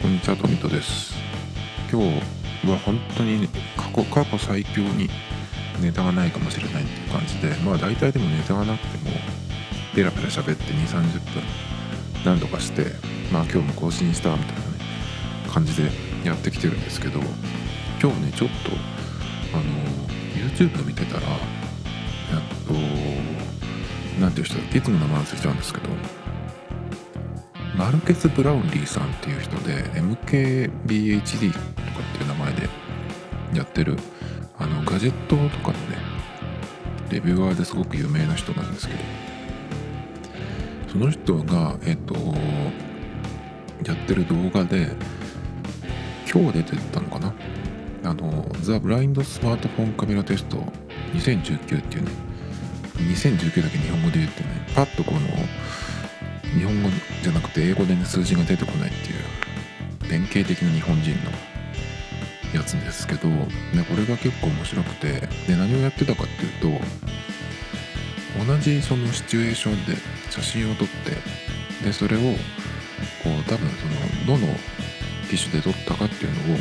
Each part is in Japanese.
こんにちは、トミトです。今日は本当に過去最強にネタがないかもしれないっていう感じで、大体でもネタがなくてもペラペラ喋って2、30分何とかして、今日も更新したみたいなね感じでやってきてるんですけど、今日ねちょっとYouTube 見てたらなんていう人だっけ、いつも名前忘れちゃうんですけど、マルケス・ブラウンリーさんっていう人で MKBHD とかっていう名前でやってるガジェットとかのねレビュアーですごく有名な人なんですけど、その人がやってる動画で今日出てたのかな、ザ・ブラインドスマートフォンカメラテスト2019っていうね、2019だけ日本語で言ってね、パッとこの日本語じゃなくて英語でね数字が出てこないっていう典型的な日本人のやつですけど、これが結構面白くて、で何をやってたかっていうと、同じそのシチュエーションで写真を撮って、でそれをこう多分そのどの機種で撮ったかっていうのを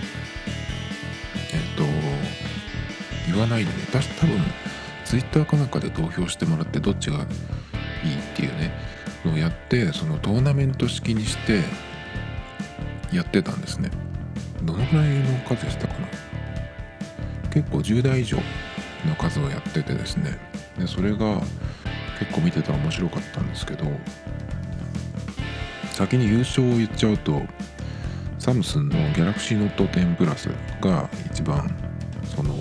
言わないでね、多分ツイッターかなんかで投票してもらってどっちがいいっていうねのをやって、そのトーナメント式にしてやってたんですね。どのくらいの数でしたかな、結構10代以上の数をやっててですね、でそれが結構見てたら面白かったんですけど、先に優勝を言っちゃうと、サムスンのギャラクシーノート10プラスが一番その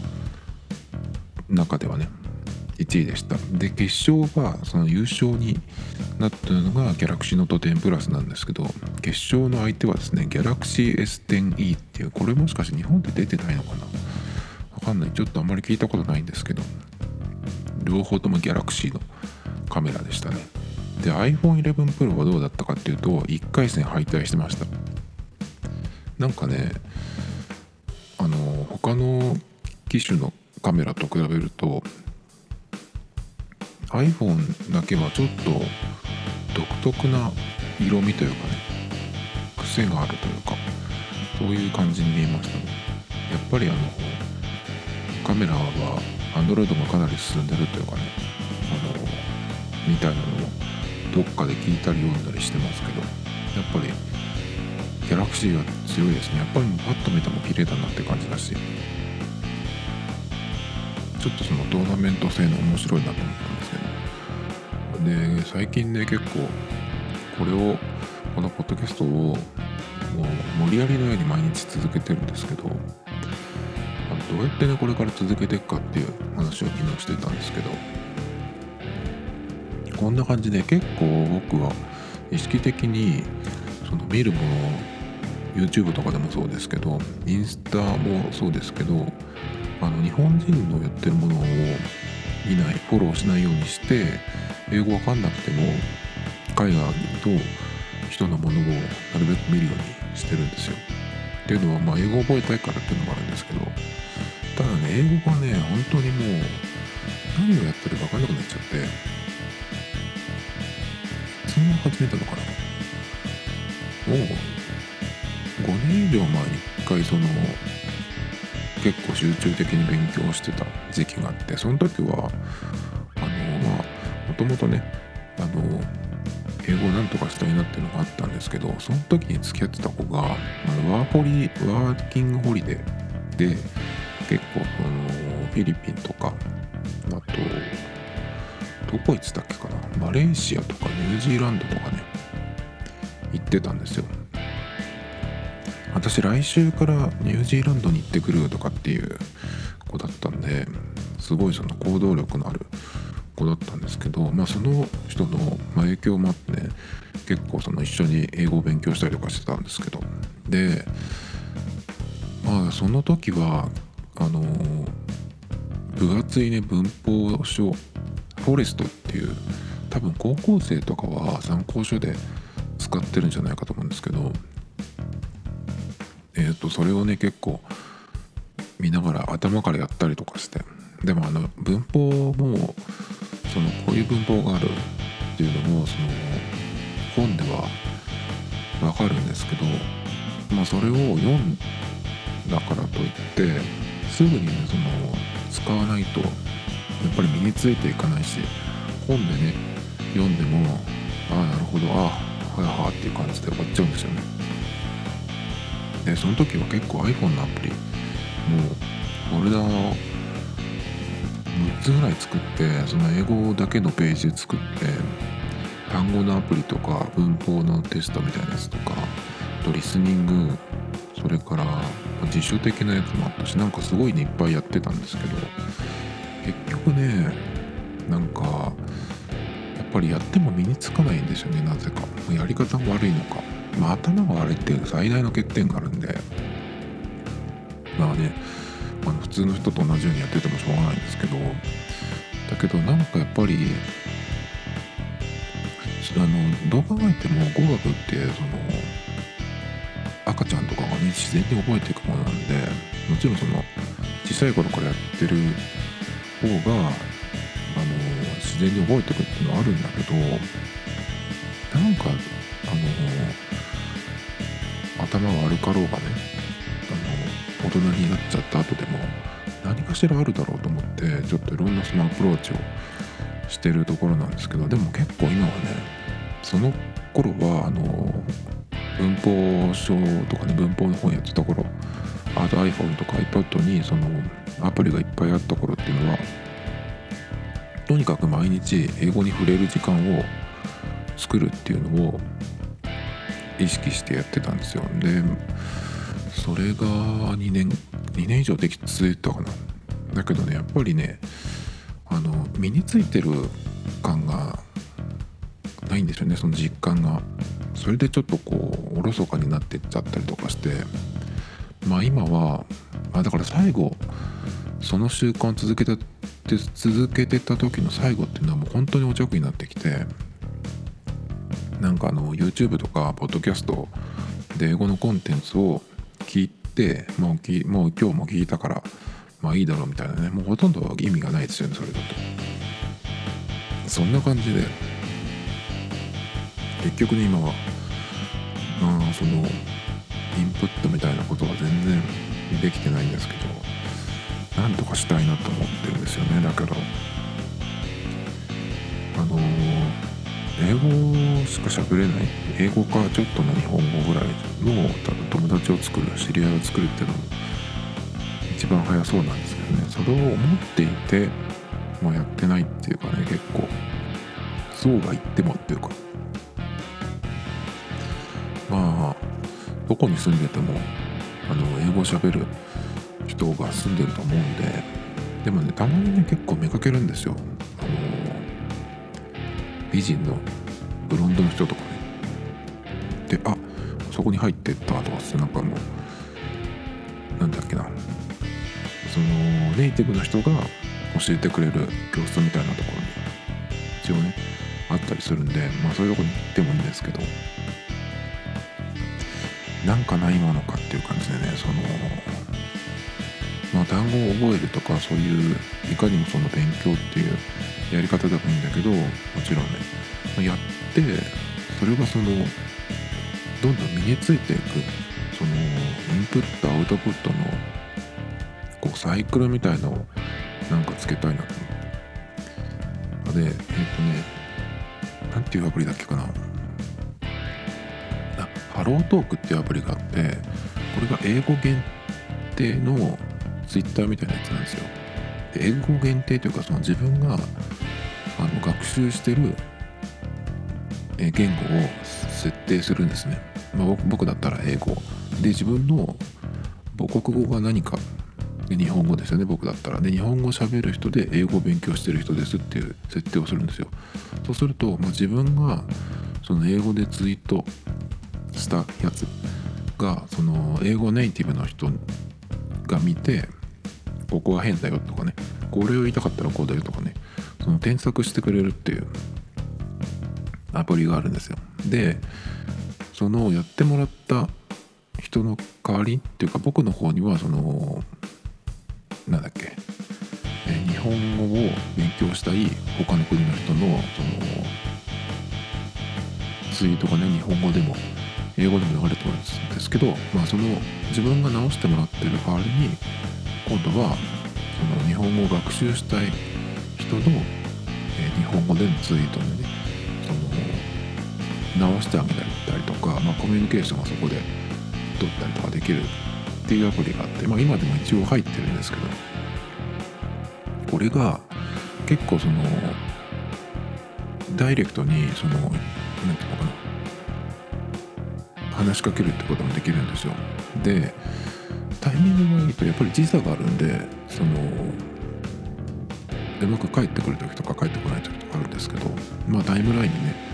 中ではね1位でした。で決勝はその優勝になったのがギャラクシーノート10プラスなんですけど、決勝の相手はですねギャラクシー S10e っていう、これもしかして日本で出てないのかな、わかんない、ちょっとあんまり聞いたことないんですけど、両方ともギャラクシーのカメラでしたね。で iPhone11 Pro はどうだったかっていうと、1回戦敗退してました。なんかね他の機種のカメラと比べると iPhone だけはちょっと独特な色味というかね、癖があるというか、そういう感じに見えましたね。やっぱりカメラは Android がかなり進んでるというかね、みたいなのをどっかで聞いたり読んだりしてますけど、やっぱりギャラクシーは強いですね。やっぱりパッと見ても綺麗だなって感じだし、ちょっとそのトーナメント性の面白いなと思ったんですけど、で最近ね結構このポッドキャストをもう無理やりのように毎日続けてるんですけど、どうやってねこれから続けていくかっていう話を昨日してたんですけど、こんな感じで結構僕は意識的にその見るもの、YouTube とかでもそうですけど、インスタもそうですけど、日本人のやってるものを見ない、フォローしないようにして、英語わかんなくても海外の人のものをなるべく見るようにしてるんですよ。っていうのは英語を覚えたいからっていうのもあるんですけど、ただね英語がね本当にもう何をやってるか分かんなくなっちゃって、いつも始めたのかな、もう5年以上前に一回結構集中的に勉強してた時期があって、その時はもともとね英語をなんとかしたいなっていうのがあったんですけど、その時に付き合ってた子がワーキングホリデーで結構フィリピンとか、あとどこ行ってたっけかな、マレーシアとかニュージーランドとかね行ってたんですよ。私来週からニュージーランドに行ってくるとかっていう子だったんで、すごいその行動力のある子だったんですけど、その人の影響もあってね、結構その一緒に英語を勉強したりとかしてたんですけど、でその時は分厚いね文法書、フォレストっていう、多分高校生とかは参考書で使ってるんじゃないかと思うんですけど、それをね結構見ながら頭からやったりとかして、でも文法もこういう文法があるっていうのもその本ではわかるんですけど、それを読んだからといってすぐにね使わないとやっぱり身についていかないし、本でね読んでもなるほどはいはいっていう感じで終わっちゃうんですよね。でその時は結構 iPhone のアプリもうフォルダを6つぐらい作って、その英語だけのページ作って、単語のアプリとか文法のテストみたいなやつとか、あとリスニング、それから辞書的なやつもあったし、なんかすごいねいっぱいやってたんですけど、結局ねなんかやっぱりやっても身につかないんですよね。なぜかやり方が悪いのか、頭が悪いっていう最大の欠点があるんで、普通の人と同じようにやっててもしょうがないんですけど、だけどなんかやっぱりどう考えても語学って赤ちゃんとかがね自然に覚えていくものなんで、もちろん小さい頃からやってる方が自然に覚えていくっていうのはあるんだけど、なんか頭が悪かろうがね大人になっちゃった後でも何かしらあるだろうと思って、ちょっといろんなアプローチをしてるところなんですけど、でも結構今はね、その頃は文法書とかね文法の本やってた頃、あと iPhone とか iPad にアプリがいっぱいあった頃っていうのは、とにかく毎日英語に触れる時間を作るっていうのを意識してやってたんですよ。でそれが2年以上続いたかな。だけどねやっぱりね身についてる感がないんですよね、その実感が。それでちょっとおろそかになってっちゃったりとかして、今はだから最後その習慣を続けてた時の最後っていうのはもう本当にお着になってきて、なんかYouTube とかポッドキャストで英語のコンテンツを聞いて、もう今日も聞いたからいいだろうみたいなね、もうほとんど意味がないですよね、それだと。そんな感じで結局ね今はそのインプットみたいなことは全然できてないんですけど、なんとかしたいなと思ってるんですよね。だから英語しか喋れない、英語かちょっとの日本語ぐらいの友達を作る、知り合いを作るっていうのも一番早そうなんですけどね、それを思っていてやってないっていうかね、結構そうが言ってもっていうか、どこに住んでても英語を喋る人が住んでると思うんで、でもねたまにね結構見かけるんですよ、美人のブロンドの人とかね。でそこに入ってったとかって、なんかなんだっけな、ネイティブの人が教えてくれる教室みたいなところに一応ねあったりするんで、そういうとこに行ってもいいんですけど、なんかないものかっていう感じでね、単語を覚えるとかそういういかにも勉強っていうやり方でもいいんだけど、もちろんねやってそれがどんどん身についていくインプットアウトプットのサイクルみたいのをなんかつけたいなと思って。でなんていうアプリだっけかな、ハロートークっていうアプリがあって、これが英語限定のツイッターみたいなやつなんですよ。で英語限定というか自分が学習してる言語を設定するんですね。僕だったら英語で、自分の母国語が何かで日本語ですよね、僕だったら。で日本語喋る人で英語を勉強してる人ですっていう設定をするんですよ。そうすると、自分が英語でツイートしたやつが英語ネイティブの人が見て、ここは変だよとかね、これを言いたかったらこうだよとかね、添削してくれるっていうアプリがあるんですよ。でやってもらった人の代わりっていうか、僕の方にはなんだっけ、日本語を勉強したい他の国の人のツイートがね日本語でも英語でも流れてるんですけど、その自分が直してもらってる代わりに今度はその日本語を学習したい人の、日本語でのツイートでね直してあげたりとか、コミュニケーションがそこで取ったりとかできるっていうアプリがあって、今でも一応入ってるんですけど、これが結構そのダイレクトにそのなんていうのかな、話しかけるってこともできるんですよ。でタイミングがいいとやっぱり時差があるんで、そのうまく帰ってくる時とか帰ってこない時とかあるんですけど、タイムラインにね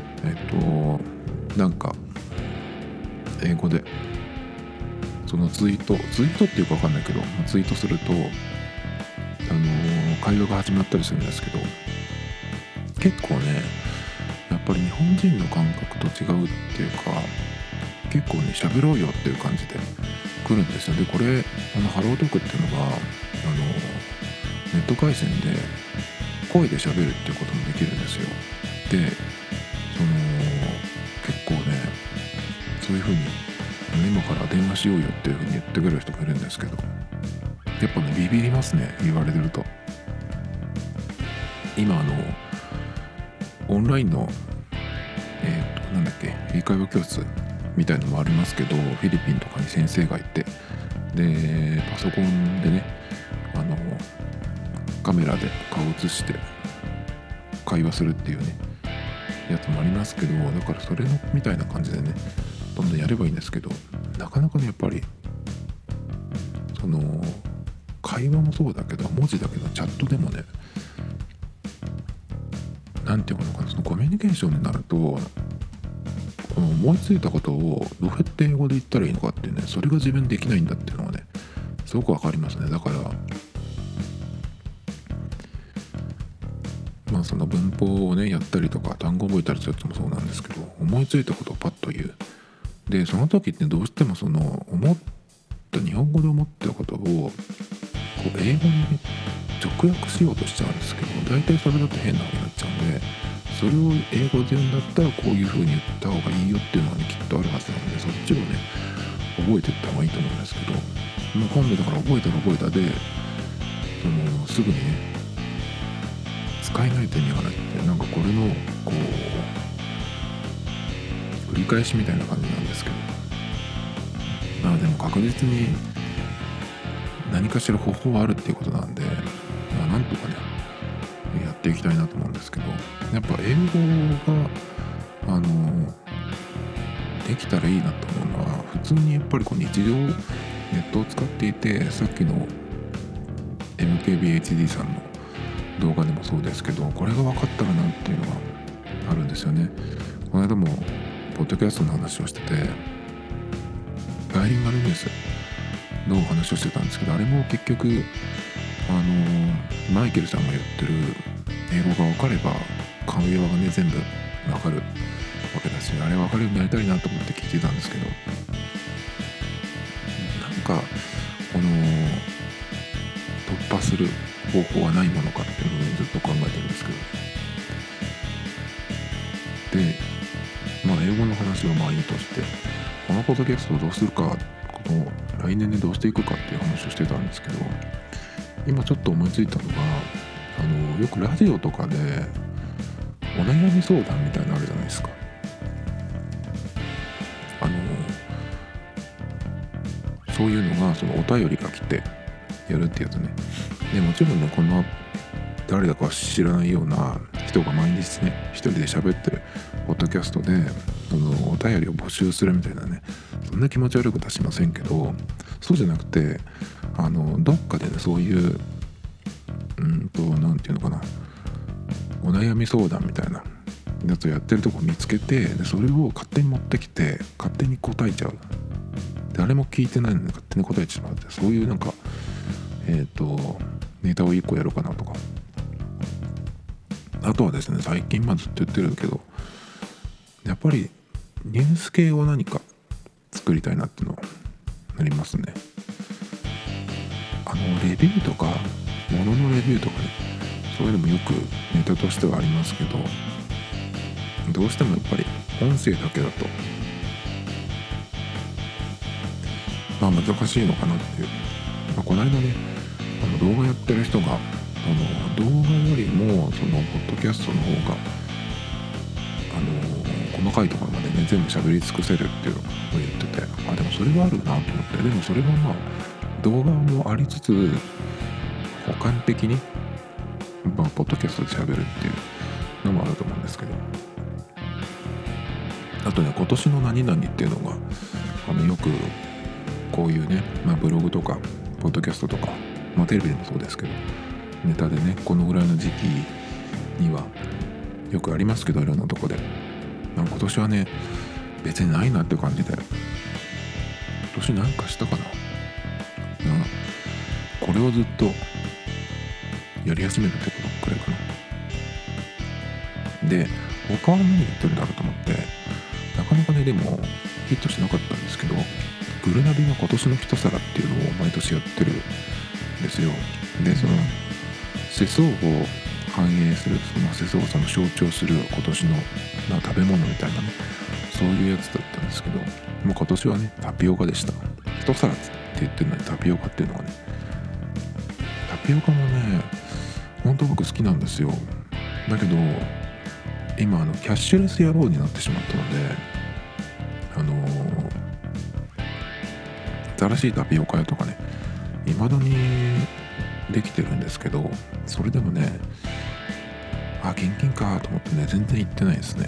なんか英語でそのツイートっていうか分かんないけど、ツイートすると会話が始まったりするんですけど、結構ねやっぱり日本人の感覚と違うっていうか、結構ね喋ろうよっていう感じで来るんですよ。でこれハロートークっていうのがネット回線で声で喋るっていうこともできるんですよ。で結構ねそういう風に今から電話しようよっていう風に言ってくれる人もいるんですけど、やっぱねビビりますね、言われてると。今オンラインのなんだっけ、英会話教室みたいのもありますけど、フィリピンとかに先生がいて、でパソコンでねカメラで顔映して会話するっていうねやつもありますけど、だからそれのみたいな感じでねどんどんやればいいんですけど、なかなかねやっぱりその会話もそうだけど文字だけどチャットでもね、なんていうのかな、そのコミュニケーションになると思いついたことをどうやって英語で言ったらいいのかっていうね、それが自分できないんだっていうのがねすごくわかりますね。だからその文法をねやったりとか単語覚えたりするやつもそうなんですけど、思いついたことをパッと言う。でその時ってどうしてもその日本語で思ったことをこう英語にね直訳しようとしちゃうんですけど、大体それだと変な風になっちゃうんで、それを英語で言うんだったらこういう風に言った方がいいよっていうのがねきっとあるはずなので、そっちをね覚えていった方がいいと思うんですけど、今度だから覚えたでそのすぐにね使えないと意味がないって、なんかこれのこう繰り返しみたいな感じなんですけど、でも確実に何かしら方法はあるっていうことなんで、なんとかねやっていきたいなと思うんですけど、やっぱ英語ができたらいいなと思うのは、普通にやっぱりこう日常ネットを使っていて、さっきの MKBHD さんの動画でもそうですけど、これが分かったらなっていうのがあるんですよね。この間もポッドキャストの話をしてて、バイリンガルニュースの話をしてたんですけど、あれも結局マイケルさんが言ってる英語が分かれば会話がね全部分かるわけだし、あれ分かるようになりたいなと思って聞いてたんですけど、なんかこの突破する方法はないものかっていうのをずっと考えてるんですけど、で英語の話はいいとして、このポッドキャストをどうするか、この来年でどうしていくかっていう話をしてたんですけど、今ちょっと思いついたのがよくラジオとかでお悩み相談みたいなのあるじゃないですか。そういうのがそのお便りが来てやるってやつね。でもちろんねこんな誰だか知らないような人が毎日ね一人で喋ってるポッドキャストでお便りを募集するみたいなね、そんな気持ち悪いことはしませんけど、そうじゃなくてどっかでねそういうなんていうのかな、お悩み相談みたいなやつをやってるとこ見つけて、でそれを勝手に持ってきて勝手に答えちゃう。誰も聞いてないのに勝手に答えてしまうって、そういうなんかネタを1個やろうかなとか。あとはですね、最近ずっと言ってるけど、やっぱりニュース系を何か作りたいなっていうのはなりますね。レビューとか物のレビューとかね、そういうのもよくネタとしてはありますけど、どうしてもやっぱり音声だけだと難しいのかなっていう、この間ね動画やってる人が動画よりもそのポッドキャストの方が細かいところまでね全部喋り尽くせるっていうのを言ってて、でもそれはあるなと思って、でもそれは動画もありつつ補完的にポッドキャストで喋るっていうのもあると思うんですけど、あとね今年の何々っていうのがよくこういうね、ブログとかポッドキャストとか、テレビでもそうですけどネタでねこのぐらいの時期にはよくありますけど、いろんなとこで今年はね別にないなっていう感じで、今年なんかしたかな、これをずっとやり始めたってことくらいかな。で他は何やってるんだろうと思って、なかなかねでもヒットしなかったんですけど、グルナビが今年の一皿っていうのを毎年やってるんですよ。でその世相を反映する、世相を象徴する今年の食べ物みたいなね、そういうやつだったんですけど、今年はねタピオカでした。一皿って言ってるのにタピオカっていうのがね、タピオカもね本当僕好きなんですよ。だけど今キャッシュレス野郎になってしまったので、新しいタピオカ屋とかね未だにできてるんですけど、それでもね現金かと思ってね全然行ってないですね。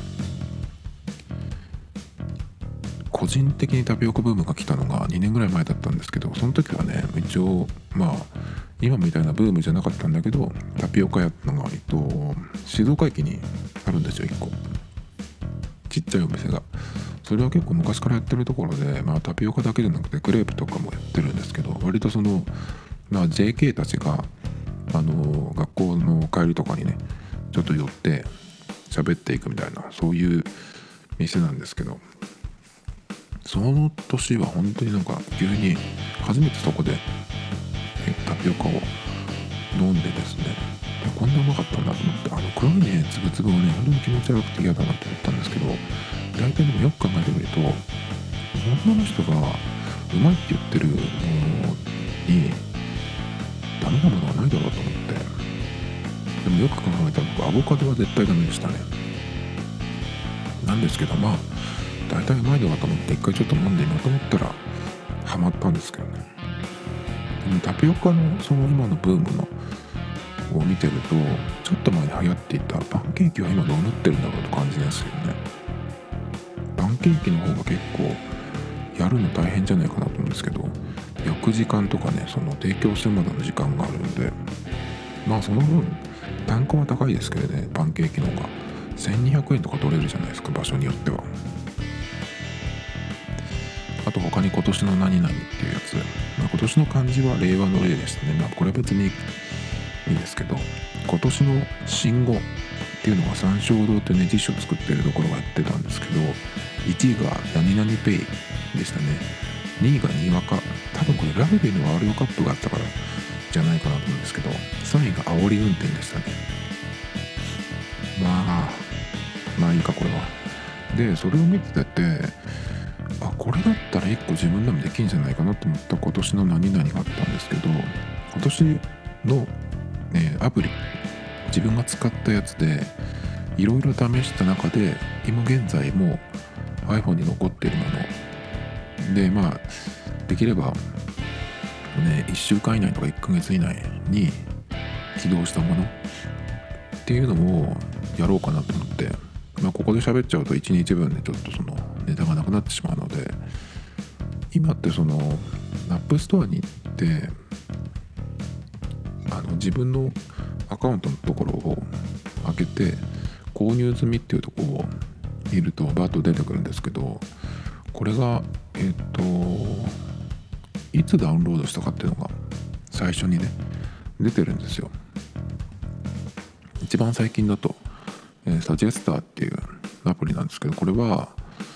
個人的にタピオカブームが来たのが2年ぐらい前だったんですけど、その時はね一応今みたいなブームじゃなかったんだけど、タピオカ屋ってのが静岡駅にあるんですよ、1個ちっちゃいお店が。それは結構昔からやってるところで、タピオカだけじゃなくてクレープとかもやってるんですけど、割とJK たちが学校の帰りとかにねちょっと寄って喋っていくみたいな、そういう店なんですけど、その年は本当に急に初めてそこでタピオカを飲んでですね、こんなうまかったんだと思って、黒いねつぶつぶがね本当に気持ち悪くて嫌だなと思ったんですけど、大体でもよく考えてみると女の人がうまいって言ってるものにダメなものはないだろうと思って、でもよく考えたら僕アボカドは絶対ダメでしたね。なんですけど大体うまいだろうと思って一回ちょっと飲んでみようと思ったらハマったんですけどね。でもタピオカの今のブームのを見てると、ちょっと前に流行っていたパンケーキは今どうなってるんだろうと感じですよね。パンケーキの方が結構やるの大変じゃないかなと思うんですけど、焼く時間とかね提供するまでの時間があるんで、その分単価は高いですけどね、パンケーキの方が1200円とか取れるじゃないですか、場所によっては。あと他に今年の何々っていうやつ、今年の漢字は令和の令でしたね。これは別にいいですけど、今年の新語っていうのが三省堂っていうね辞書を作ってるところがやってたんですけど、1位が何々ペイでしたね。2位がにわか、多分これラグビーのワールドカップがあったからじゃないかなと思うんですけど、3位が煽り運転でしたね。いいかこれは。でそれを見てて、これだったら1個自分でもできんじゃないかなと思った今年の何々があったんですけど、今年の、アプリ自分が使ったやつでいろいろ試した中で今現在も iPhone に残っているもので、できれば1週間以内とか1ヶ月以内に起動したものっていうのをやろうかなと思って、ここで喋っちゃうと1日分でちょっとネタがなくなってしまうので、今ってApp Store に行って自分のアカウントのところを開けて購入済みっていうところを見るとバッと出てくるんですけど、これがいつダウンロードしたかっていうのが最初にね出てるんですよ。一番最近だとサジェスターっていうアプリなんですけど、これは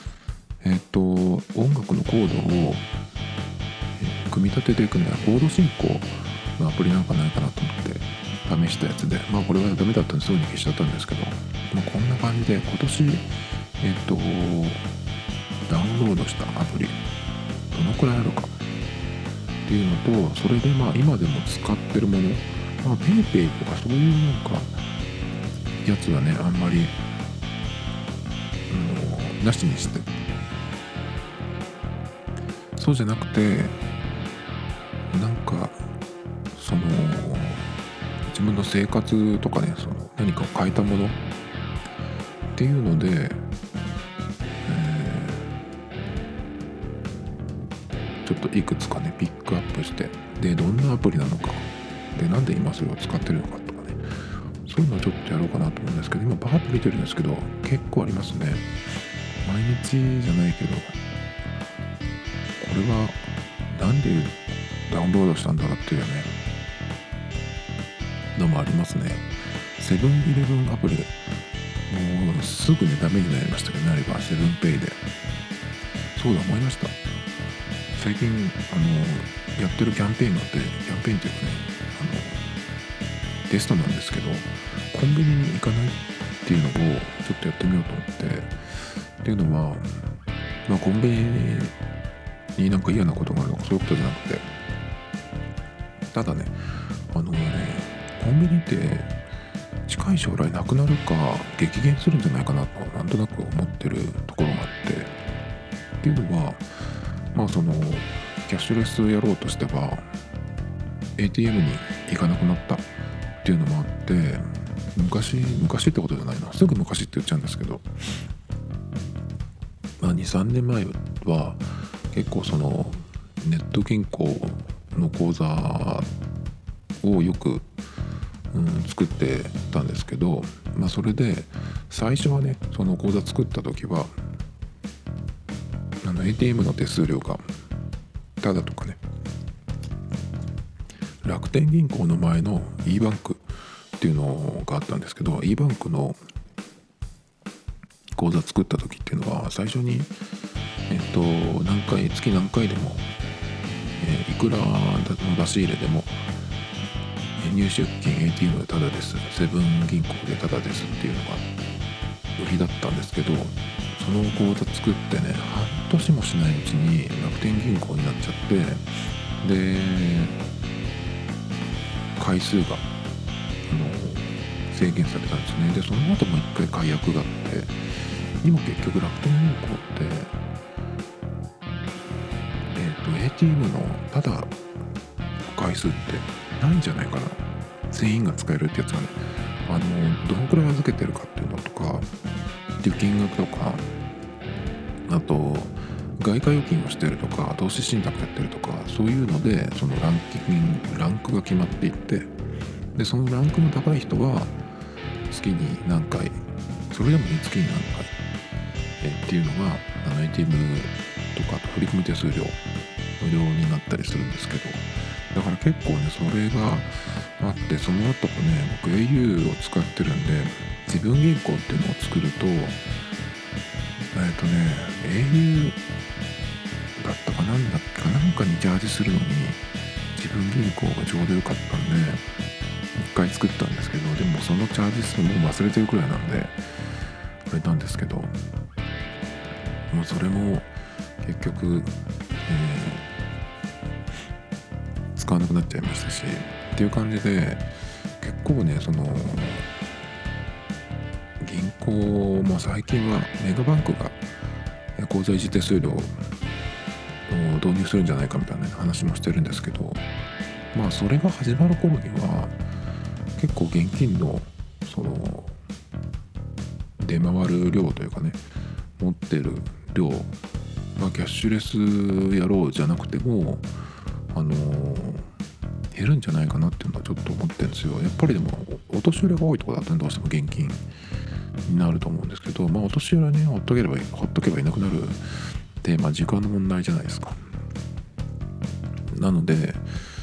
音楽のコードを組み立てていくんだ、コード進行のアプリなんかないかなと思って試したやつで、これはダメだったんですぐに消しちゃったんですけど、こんな感じで今年ダウンロードしたアプリどのくらいあるかっていうのと、それで今でも使ってるもの、ペイペイとかそういうやつはね、あんまりなしにして、そうじゃなくて、その自分の生活とかね、その何かを変えたものっていうので、ちょっといくつかねピックアップして、でどんなアプリなのか、でなんで今それを使ってるのかとかね、そういうのをちょっとやろうかなと思うんですけど、今バーッと見てるんですけど結構ありますね。毎日じゃないけど、これはなんでダウンロードしたんだろうっていうねのもありますね。セブンイレブンアプリ、もうすぐねダメになりましたけどね、あればセブンペイで。そうだ思いました。最近やってるキャンペーンがあって、キャンペーンっていうかね、テストなんですけど、コンビニに行かないっていうのをちょっとやってみようと思って、っていうのは、コンビニになんか嫌なことがあるとかそういうことじゃなくて、ただね、コンビニって近い将来なくなるか激減するんじゃないかなとなんとなく思ってるところがあって、っていうのはそのキャッシュレスやろうとしては ATM に行かなくなったっていうのもあって、昔ってことじゃないな、すぐ昔って言っちゃうんですけど、2、3年前は結構そのネット銀行の口座をよく、作ってたんですけど、それで最初はね、その口座作った時はATM の手数料がただとかね、楽天銀行の前の e バンクっていうのがあったんですけど、 e バンクの口座作った時っていうのは最初に月何回でも、いくらの出し入れでも入出金 ATM でタダです、セブン銀行でタダですっていうのが売りだったんですけど、その口座作ってね、半年もしないうちに楽天銀行になっちゃって、で回数が制限されたんですね。でその後も一回解約があって、今結局楽天銀行って、ATM のただ回数ってないんじゃないかな。全員が使えるってやつがね、どのくらい預けてるかっていうのとかっていう金額とか、あと外貨預金をしてるとか投資信託やってるとか、そういうのでそのランクが決まっていって、でそのランクの高い人は月に何回、それでもね月に何回、っていうのがATM とか振込手数料無料になったりするんですけど、だから結構ねそれがあって、その後もね僕 au を使ってるんで、自分銀行っていうのを作るとau だったかなんだっけかなんかにチャージするのに自分銀行がちょうどよかったんで一回作ったんですけど、でもそのチャージ数も忘れてるくらいなんであれなんですけど、もうそれも結局、使わなくなっちゃいましたしっていう感じで、結構ねその銀行も最近はメガバンクが口座維持手数料を導入するんじゃないかみたいな話もしてるんですけど、それが始まる頃には結構現金のその出回る量というかね、持ってる量、キャッシュレスやろうじゃなくても減るんじゃないかなっていうのはちょっと思ってるんですよ。やっぱりでもお年寄りが多いところだとどうしても現金になると思うんですけど、お年寄りはねほっとけばいなくなるって時間の問題じゃないですか。なので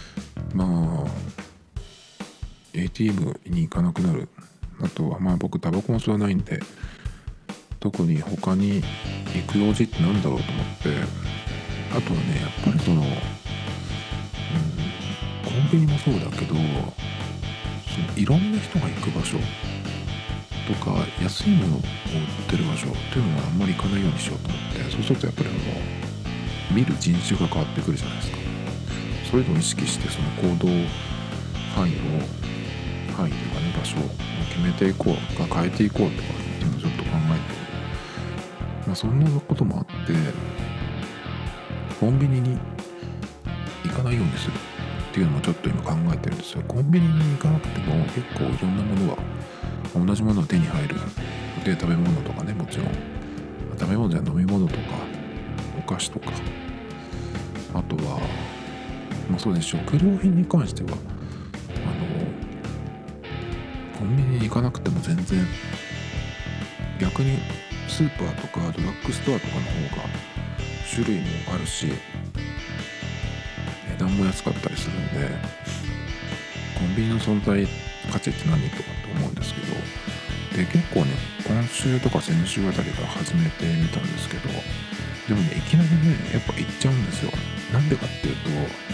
ATM に行かなくなる。あとは僕タバコも吸わないんで、特に他に行く用事ってなんだろうと思って、あとはねやっぱりその、コンビニもそうだけど、そのいろんな人が行く場所とか安いものを売ってる場所っていうのはあんまり行かないようにしようと思って、そうするとやっぱり見る人種が変わってくるじゃないですか。 そういうのを意識してその行動範囲というかね、場所を決めていこう変えていこうとかっていうのをちょっと考えて、そんなこともあってコンビニに行かないようにするっていうのもちょっと今考えてるんですよ。コンビニに行かなくても結構いろんなものは同じものが手に入るで、食べ物とかね、もちろん食べ物じゃ飲み物とかお菓子とか、あとはそうです、食料品に関してはコンビニに行かなくても全然、逆にスーパーとかドラッグストアとかの方が種類もあるし値段も安かったりするんで、コンビニの存在価値って何とかと思うんですけど、で結構ね、今週とか先週あたりから始めてみたんですけど、でもね、いきなりねやっぱ行っちゃうんですよ。なんでかっていうと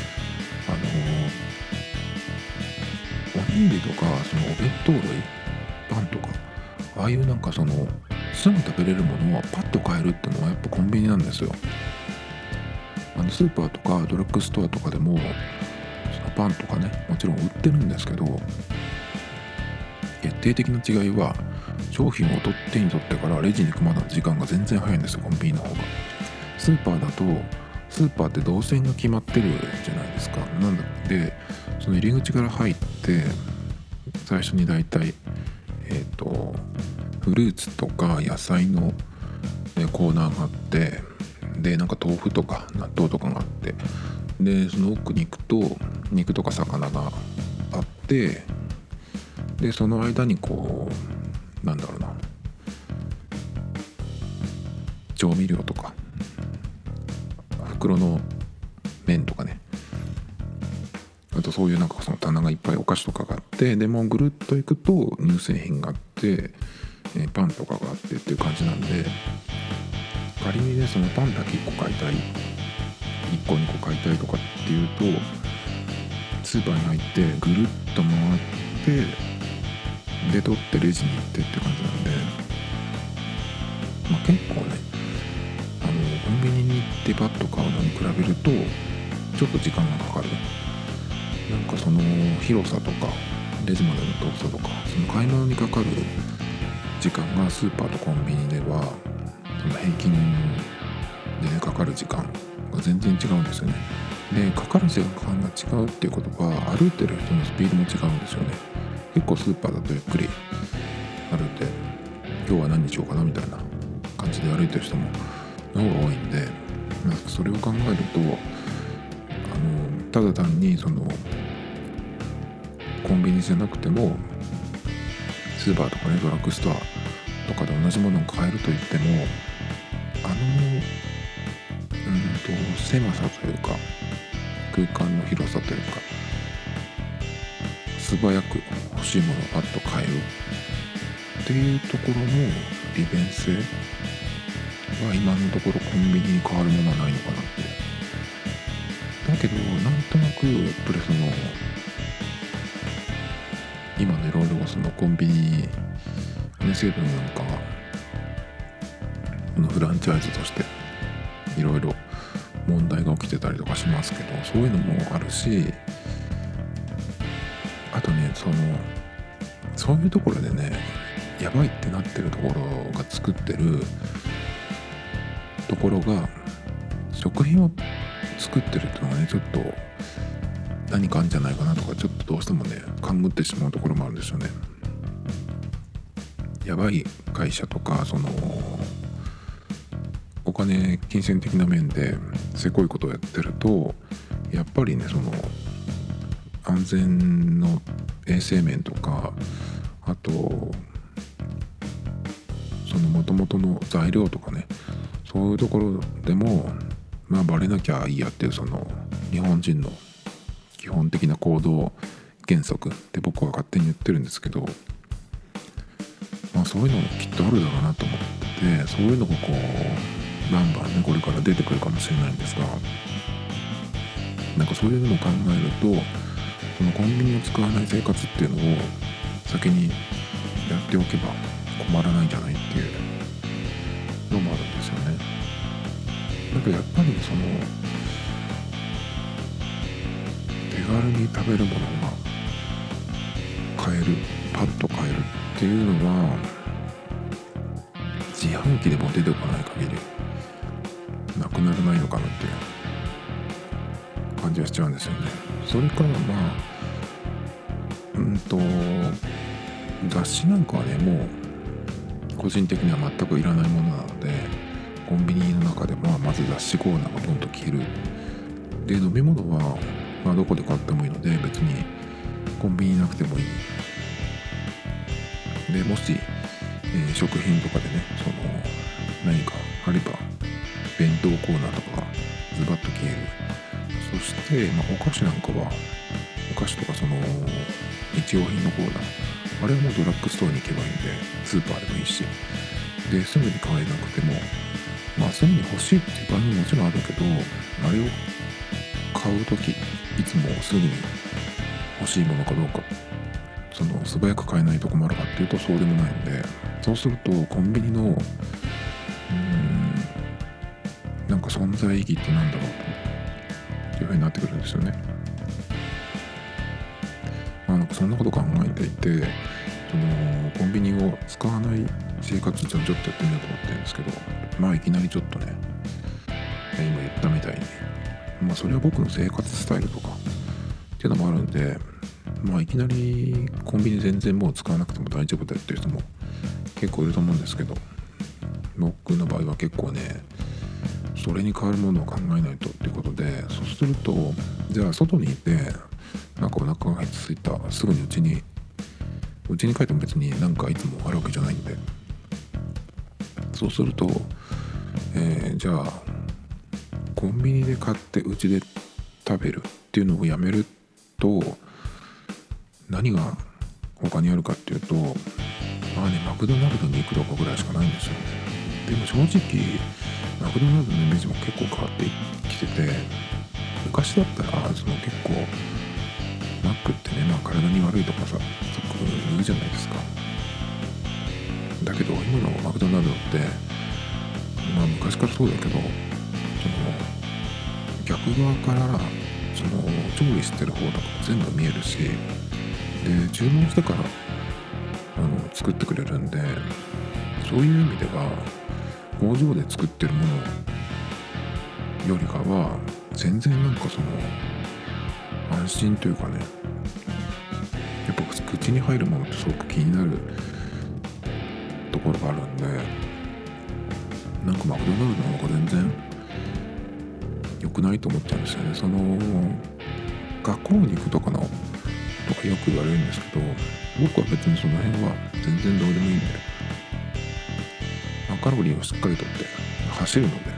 おにぎりとかそのお弁当類、パンとかああいうなんかそのすぐ食べれるものはパッと買えるってのはやっぱコンビニなんですよ。スーパーとかドラッグストアとかでもそのパンとかね、もちろん売ってるんですけど、決定的な違いは商品を手に取ってからレジに行くまでの時間が全然早いんですよ、コンビニの方が。スーパーだとスーパーって動線が決まってるじゃないですか。なんでその入り口から入って最初にだいたいフルーツとか野菜のコーナーがあって、でなんか豆腐とか納豆とかがあって、でその奥に行くと肉とか魚があって、でその間にこうなんだろうな、調味料とか袋の麺とかね、あとそういうなんかその棚がいっぱいお菓子とかがあって、でもうぐるっと行くと乳製品があって、パンとかがあってっていう感じなんで、仮にねそのパンだけ1個買いたい、1個2個買いたいとかっていうとスーパーに入ってぐるっと回ってで取ってレジに行ってって感じなんで、結構ねコンビニに行ってパッと買うのに比べるとちょっと時間がかかる。なんかその広さとかレジまでの遠さとか、その買い物にかかる時間がスーパーとコンビニではその平均で、かかる時間が全然違うんですよね。でかかる時間が違うっていうことは歩いてる人のスピードも違うんですよね。結構スーパーだとゆっくり歩いて今日は何にしようかなみたいな感じで歩いてる人もの方が多いんで、それを考えるとただ単にそのコンビニじゃなくてもスーパーとかね、ドラッグストアとかで同じものを買えると言っても狭さというか空間の広さというか素早く欲しいものをパッと買えるっていうところの利便性は今のところコンビニに変わるものはないのかなって。だけどなんとなくやっぱりその今のいろいろそのコンビニセブンなんかのフランチャイズとしていろいろ問題が起きてたりとかしますけど、そういうのもあるし、あとねそういうところでねやばいってなってるところが作ってるところが食品を作ってるっていうのがね、ちょっと何かあるんじゃないかなとか、ちょっとどうしてもね勘ぐってしまうところもあるんですよね。やばい会社とかそのお金金銭的な面でせこいことをやってると、やっぱりねその安全の衛生面とか、あとその元々の材料とかね、そういうところでもバレなきゃいいやっていうその日本人の基本的な行動原則って僕は勝手に言ってるんですけど、そういうのもきっとあるだろうなと思ってて、そういうのがこうバンバンねこれから出てくるかもしれないんですが、なんかそういうのを考えるとそのコンビニを使わない生活っていうのを先にやっておけば困らないんじゃないっていうのもあるんですよね。だけどやっぱりその軽に食べるものが買える、パッと買えるっていうのは自販機でも出てこない限りなくならないのかなっていう感じはしちゃうんですよね。それから雑誌なんかはね、もう個人的には全くいらないものなので、コンビニの中でもまず雑誌コーナーがどんと消える。で、飲み物はどこで買ってもいいので別にコンビニなくてもいい。でもし、食品とかでね、何かあれば弁当コーナーとかがズバッと消える。そして、お菓子なんかはお菓子とか日用品のコーナー、あれはもうドラッグストアに行けばいいんで、スーパーでもいいし、ですぐに買えなくてもすぐに欲しいっていう場合ももちろんあるけど、あれを買うときいつもすぐに欲しいものかどうか素早く買えないと困るかっていうとそうでもないんで、そうするとコンビニのなんか存在意義ってなんだろうというふうになってくるんですよね。なんかそんなこと考えていて、コンビニを使わない生活ちょっとやってみようと思ってるんですけど、いきなりちょっとね、今言ったみたいにそれは僕の生活スタイルとかっていうのもあるんで、いきなりコンビニ全然もう使わなくても大丈夫だっていう人も結構いると思うんですけど、僕の場合は結構ね、それに代わるものを考えないとっていうことで、そうするとじゃあ外にいてなんかお腹が空いた、すぐにうちに帰っても別になんかいつもあるわけじゃないんで、そうすると、じゃあコンビニで買ってうちで食べるっていうのをやめると何が他にあるかっていうと、マクドナルドに行くとこぐらいしかないんですよね。でも正直マクドナルドのイメージも結構変わってきてて、昔だったら結構マックってね、体に悪いとかさ、言うじゃないですか。だけど今のマクドナルドって昔からそうだけど、逆側から調理してる方とか全部見えるし、で注文してから作ってくれるんで、そういう意味では工場で作ってるものよりかは全然なんか安心というかね、やっぱ口に入るものってすごく気になるところがあるんで、なんかマクドナルドの方が全然良くないと思っちゃうんですよね。加工肉とかよく言われるんですけど、僕は別にその辺は全然どうでもいいんで、カロリーをしっかりとって走るので、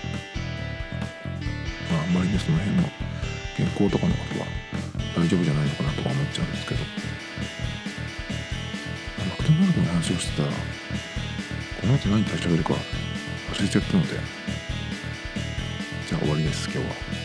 あんまりねその辺の健康とかのことは大丈夫じゃないのかなとか思っちゃうんですけど、マクドナルドの話をしてたらこの後何食べるか忘れちゃったので、じゃあ終わりです今日は。